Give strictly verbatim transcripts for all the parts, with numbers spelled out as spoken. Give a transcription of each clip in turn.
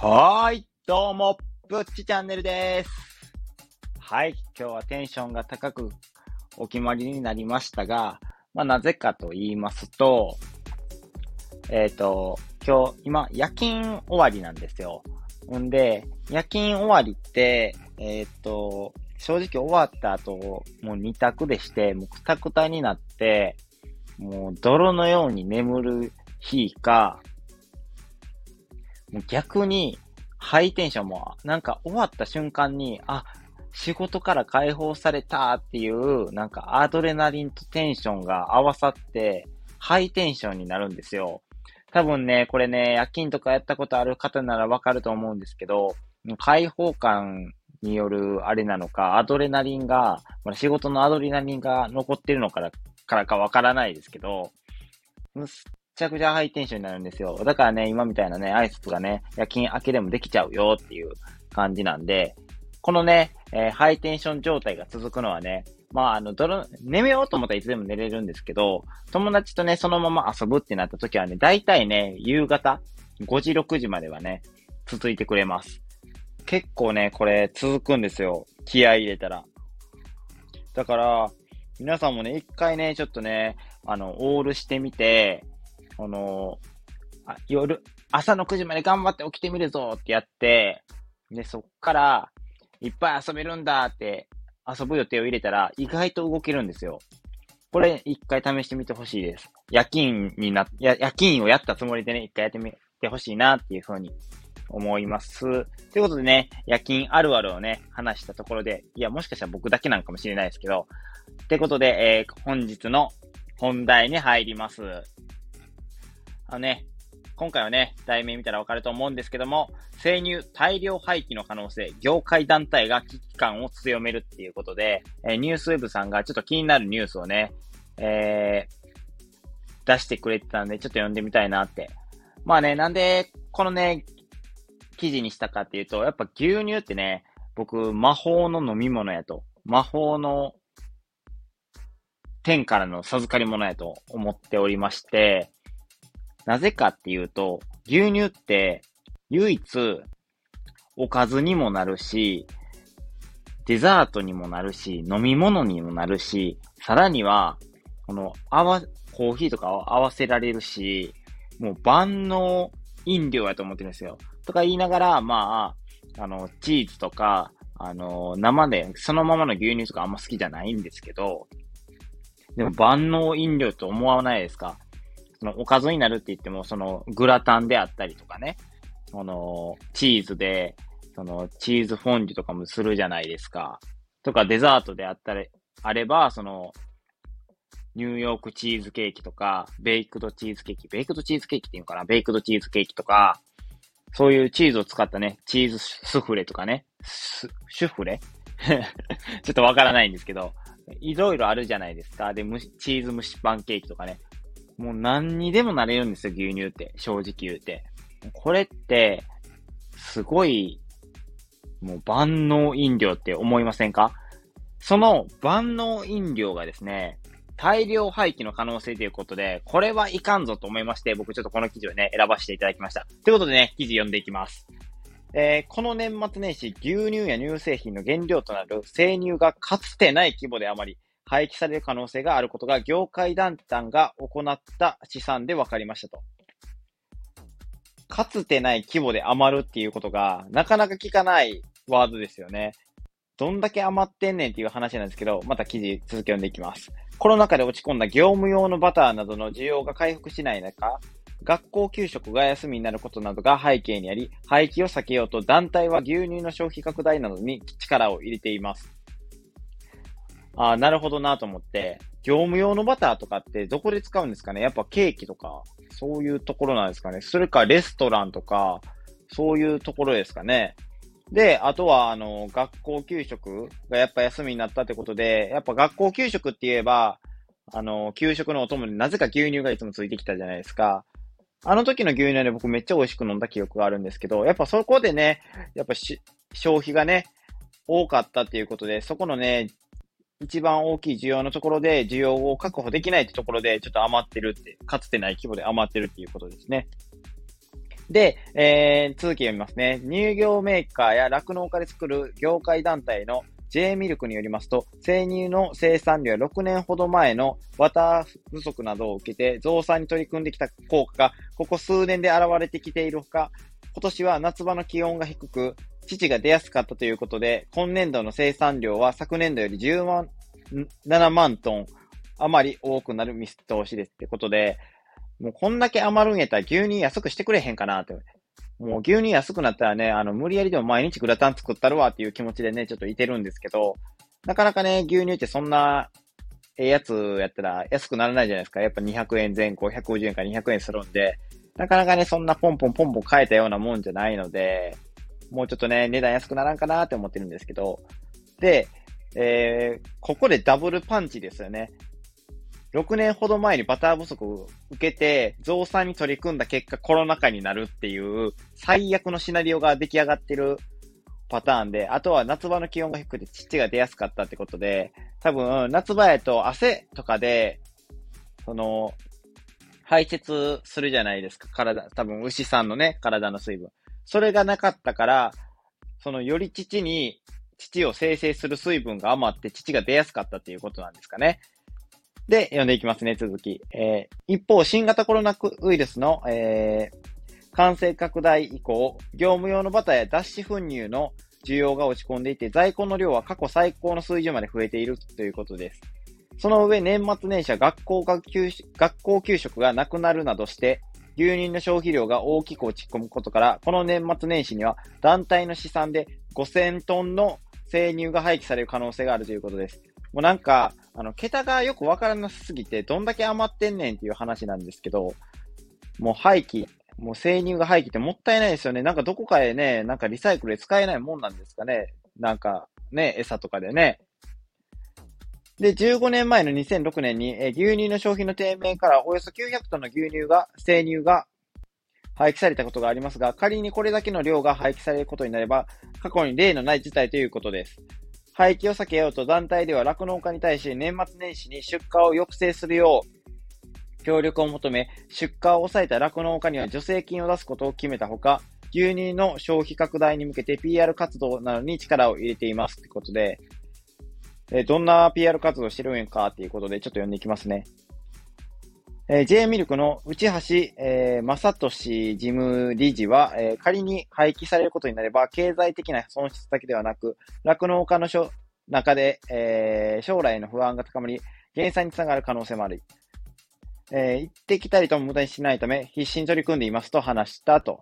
はーい、どうも、ぶっちチャンネルです。はい、今日はテンションが高くお決まりになりましたが、まあ、なぜかと言いますと、えっと、今日、今、夜勤終わりなんですよ。んで、夜勤終わりって、えっと、正直終わった後、もうに択でして、もうくたくたになって、もう泥のように眠る日か、もう逆に、ハイテンションも、なんか終わった瞬間に、あ、仕事から解放されたっていう、なんかアドレナリンとテンションが合わさって、ハイテンションになるんですよ。多分ね、これね、夜勤とかやったことある方ならわかると思うんですけど、解放感によるあれなのか、アドレナリンが、まあ仕事のアドレナリンが残ってるのからからかわからないですけど、むっちゃくちゃハイテンションになるんですよ。だからね、今みたいなね、挨拶がね、夜勤明けでもできちゃうよっていう感じなんで、このね、えーハイテンション状態が続くのはね、まあ、あの、どの、寝めようと思ったらいつでも寝れるんですけど、友達とね、そのまま遊ぶってなった時はね、だいたいね、夕方、ごじ、ろくじまではね、続いてくれます。結構ね、これ続くんですよ。気合い入れたら。だから、皆さんもね、一回ね、ちょっとね、あの、オールしてみて、あの、あ夜、朝のくじまで頑張って起きてみるぞってやって、で、そっから、いっぱい遊べるんだって遊ぶ予定を入れたら、意外と動けるんですよ。これ、一回試してみてほしいです。夜勤にな、や、夜勤をやったつもりでね、一回やってみてほしいなっていうふうに思います。ということでね、夜勤あるあるをね、話したところで、いや、もしかしたら僕だけなんかもしれないですけど、ということで、えー、本日の本題に入ります。あのね、今回はね、題名見たらわかると思うんですけども、生乳大量廃棄の可能性、業界団体が危機感を強めるっていうことで、えー、ニュースウェブさんがちょっと気になるニュースをね、えー、出してくれてたんで、ちょっと読んでみたいなって。まあね、なんで、このね、記事にしたかっていうと、やっぱ牛乳ってね、僕、魔法の飲み物やと。魔法の天からの授かり物やと思っておりまして、なぜかっていうと、牛乳って唯一おかずにもなるし、デザートにもなるし、飲み物にもなるし、さらには、この、合わ、コーヒーとかを合わせられるし、もう万能飲料やと思ってるんですよ。とか言いながら、まあ、あの、チーズとか、あの、生で、そのままの牛乳とかあんま好きじゃないんですけど、でも万能飲料と思わないですか？そのおかずになるって言っても、そのグラタンであったりとかね、そのチーズで、そのチーズフォンデュとかもするじゃないですか。とかデザートであったり、あれば、そのニューヨークチーズケーキとか、ベイクドチーズケーキ、ベイクドチーズケーキっていうのかな、ベイクドチーズケーキとか、そういうチーズを使ったね、チーズスフレとかね、スシュフレちょっとわからないんですけど、いろいろあるじゃないですか。で、蒸しチーズ蒸しパンケーキとかね。もう何にでもなれるんですよ、牛乳って。正直言うて。これって、すごい、もう万能飲料って思いませんか？その万能飲料がですね、大量廃棄の可能性ということで、これはいかんぞと思いまして、僕ちょっとこの記事をね、選ばせていただきました。ということでね、記事読んでいきます。えー、この年末年始、牛乳や乳製品の原料となる生乳がかつてない規模で余り、廃棄される可能性があることが業界団体が行った試算で分かりましたと。かつてない規模で余るっていうことがなかなか聞かないワードですよね。どんだけ余ってんねんっていう話なんですけど、また記事続き読んでいきます。コロナ禍で落ち込んだ業務用のバターなどの需要が回復しない中、学校給食が休みになることなどが背景にあり、廃棄を避けようと団体は牛乳の消費拡大などに力を入れています。ああ、なるほどなと思って、業務用のバターとかってどこで使うんですかね？やっぱケーキとか、そういうところなんですかね？それかレストランとか、そういうところですかね？で、あとは、あの、学校給食がやっぱ休みになったってことで、やっぱ学校給食って言えば、あの、給食のお供になぜか牛乳がいつもついてきたじゃないですか。あの時の牛乳で僕めっちゃ美味しく飲んだ記憶があるんですけど、やっぱそこでね、やっぱし消費がね、多かったっていうことで、そこのね、一番大きい需要のところで、需要を確保できないってところで、ちょっと余ってるって、かつてない規模で余ってるっていうことですね。 で、えー、続き読みますね。乳業メーカーや酪農家で作る業界団体の J ミルクによりますと、生乳の生産量はろくねんほど前のバター不足などを受けて増産に取り組んできた効果がここ数年で現れてきているほか、今年は夏場の気温が低く、乳が出やすかったということで、今年度の生産量は昨年度よりじゅうまん、ななまんトン余り多くなる見通しですってことで、もうこんだけ余るんやったら牛乳安くしてくれへんかなって。もう牛乳安くなったらね、あの、無理やりでも毎日グラタン作ったるわっていう気持ちでね、ちょっといてるんですけど、なかなかね、牛乳ってそんな、ええやつやったら安くならないじゃないですか。やっぱにひゃくえんぜん後、ひゃくごじゅうえんからにひゃくえんするんで、なかなかね、そんなポンポンポンポン買えたようなもんじゃないので、もうちょっとね、値段安くならんかなって思ってるんですけど、で、えー、ここでダブルパンチですよね。ろくねんほど前にバター不足を受けて、増産に取り組んだ結果コロナ禍になるっていう最悪のシナリオが出来上がってるパターンで、あとは夏場の気温が低くて乳が出やすかったってことで、多分夏場やと汗とかで、その、排泄するじゃないですか。体、多分牛さんのね、体の水分。それがなかったから、そのより乳に、乳を生成する水分が余って乳が出やすかったっていうことなんですかね。で、読んでいきますね、続き。えー、一方、新型コロナウイルスの、えー、感染拡大以降、業務用のバターや脱脂粉乳の需要が落ち込んでいて、在庫の量は過去最高の水準まで増えているということです。その上、年末年始は学校学給学校給食がなくなるなどして、牛乳の消費量が大きく落ち込むことから、この年末年始には団体の試算でごせんトンの生乳が廃棄される可能性があるということです。もうなんか、あの、桁がよくわからなすぎて、どんだけ余ってんねんっていう話なんですけど、もう廃棄、もう生乳が廃棄ってもったいないですよね。なんかどこかでね、なんかリサイクルで使えないもんなんですかね。なんかね、餌とかでね。で、じゅうごねんまえのにせんろくねんに、えー、牛乳の消費の低迷からおよそきゅうひゃくトンの牛乳が、生乳が廃棄されたことがありますが、仮にこれだけの量が廃棄されることになれば、過去に例のない事態ということです。廃棄を避けようと団体では酪農家に対し年末年始に出荷を抑制するよう協力を求め、出荷を抑えた酪農家には助成金を出すことを決めたほか、牛乳の消費拡大に向けて ピーアール 活動などに力を入れていますということで、えどんな ピーアール 活動してるんかっていうことでちょっと読んでいきますね。えー、J ミルクの内橋、えー、正俊事務理事は、えー、仮に廃棄されることになれば、経済的な損失だけではなく、酪農家の中で、えー、将来の不安が高まり、減産につながる可能性もある。えー、行ってきたりとも無駄にしないため、必死に取り組んでいますと話したと。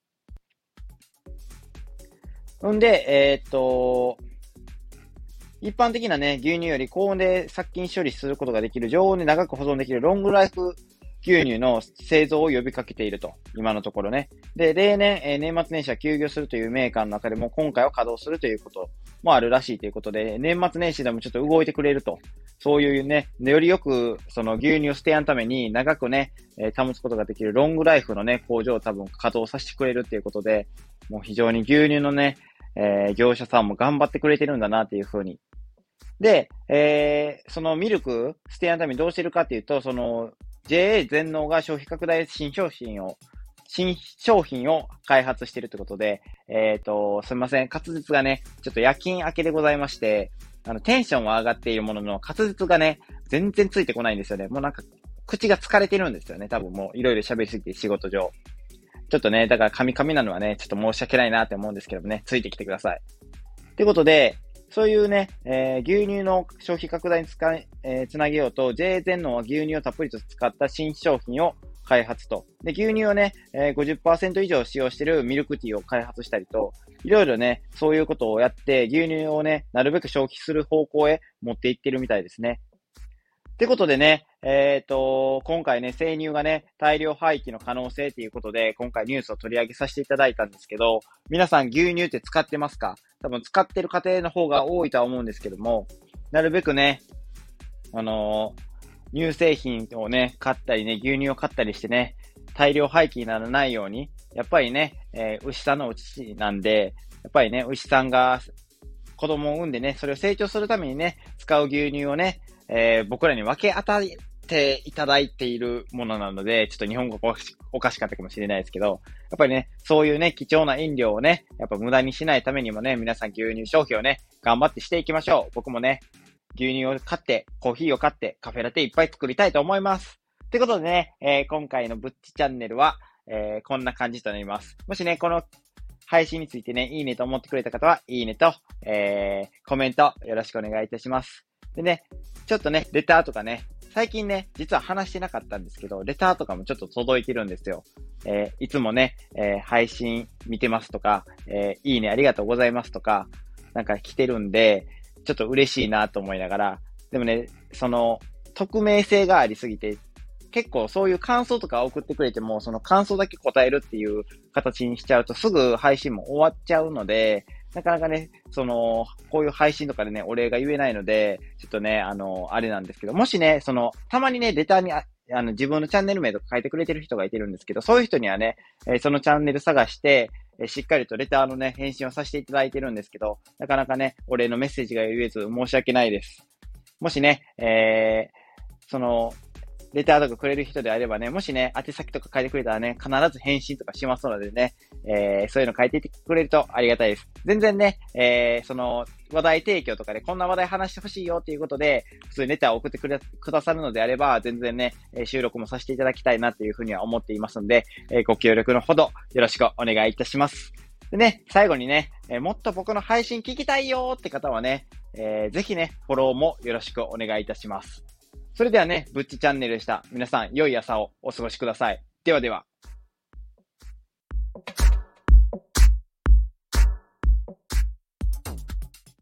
んで、えー、っと、一般的なね、牛乳より高温で殺菌処理することができる、常温で長く保存できるロングライフ牛乳の製造を呼びかけていると。今のところね。で、例年、えー、年末年始は休業するというメーカーの中でも今回は稼働するということもあるらしいということで、年末年始でもちょっと動いてくれると。そういうね、よりよくその牛乳を捨てやんために長くね、えー、保つことができるロングライフのね、工場を多分稼働させてくれるっていうことで、もう非常に牛乳のね、えー、業者さんも頑張ってくれてるんだなっていうふうに。で、えー、そのミルク捨てやんためにどうしてるかっていうと、その ジェーエー 全農が消費拡大新商品を、新商品を開発しているということで、えっと、すみません。滑舌がね、ちょっと夜勤明けでございまして、あの、テンションは上がっているものの、滑舌がね、全然ついてこないんですよね。もうなんか、口が疲れてるんですよね。多分もういろいろ喋りすぎて仕事上。ちょっとね、だから噛み噛みなのはね、ちょっと申し訳ないなって思うんですけどもね、ついてきてください。ということで、そういうね、えー、牛乳の消費拡大に使い、えー、つなげようと、ジェー 全農は牛乳をたっぷりと使った新商品を開発と。で、牛乳をね、えー、ごじゅっパーセント 以上使用しているミルクティーを開発したりと、いろいろね、そういうことをやって、牛乳をね、なるべく消費する方向へ持っていってるみたいですね。ってことでね、えっと、今回ね、生乳がね、大量廃棄の可能性ということで、今回ニュースを取り上げさせていただいたんですけど、皆さん牛乳って使ってますか？多分使ってる家庭の方が多いとは思うんですけども、なるべくね、あのー、乳製品をね、買ったりね、牛乳を買ったりしてね、大量廃棄にならないように、やっぱりね、えー、牛さんのお乳なんで、やっぱりね、牛さんが子供を産んでね、それを成長するためにね、使う牛乳をね、えー、僕らに分け与えていただいているものなので、ちょっと日本語おかしおかしかったかもしれないですけど、やっぱりね、そういうね、貴重な飲料をね、やっぱ無駄にしないためにもね、皆さん牛乳消費をね、頑張ってしていきましょう。僕もね、牛乳を買って、コーヒーを買って、カフェラテいっぱい作りたいと思います。ということでね、えー、今回のぶっちチャンネルは、えー、こんな感じとなります。もしね、この配信についてね、いいねと思ってくれた方は、いいねと、えー、コメントよろしくお願いいたします。でね、ちょっとね、レターとかね、最近ね、実は話してなかったんですけど、レターとかもちょっと届いてるんですよ。えー、いつもね、えー、配信見てますとか、えー、いいねありがとうございますとか、なんか来てるんで、ちょっと嬉しいなと思いながら、でもね、その、匿名性がありすぎて、結構そういう感想とか送ってくれても、その感想だけ答えるっていう形にしちゃうとすぐ配信も終わっちゃうので、なかなかね、その、こういう配信とかでね、お礼が言えないので、ちょっとね、あの、あれなんですけど、もしね、その、たまにね、レターにあ、あの、自分のチャンネル名とか書いてくれてる人がいてるんですけど、そういう人にはね、えー、そのチャンネル探して、えー、しっかりとレターのね、返信をさせていただいてるんですけど、なかなかね、お礼のメッセージが言えず申し訳ないです。もしね、えー、その、レターとかくれる人であればね、もしね、宛先とか書いてくれたらね、必ず返信とかしますのでね、えー、そういうの書いていってくれるとありがたいです。全然ね、えー、その、話題提供とかでこんな話題話してほしいよっていうことで、普通にレターを送ってくれ、くださるのであれば、全然ね、収録もさせていただきたいなっていうふうには思っていますので、えー、ご協力のほどよろしくお願いいたします。でね、最後にね、えー、もっと僕の配信聞きたいよって方はね、えー、ぜひね、フォローもよろしくお願いいたします。それではね、ぶっちチャンネルでした。皆さん、良い朝をお過ごしください。ではでは。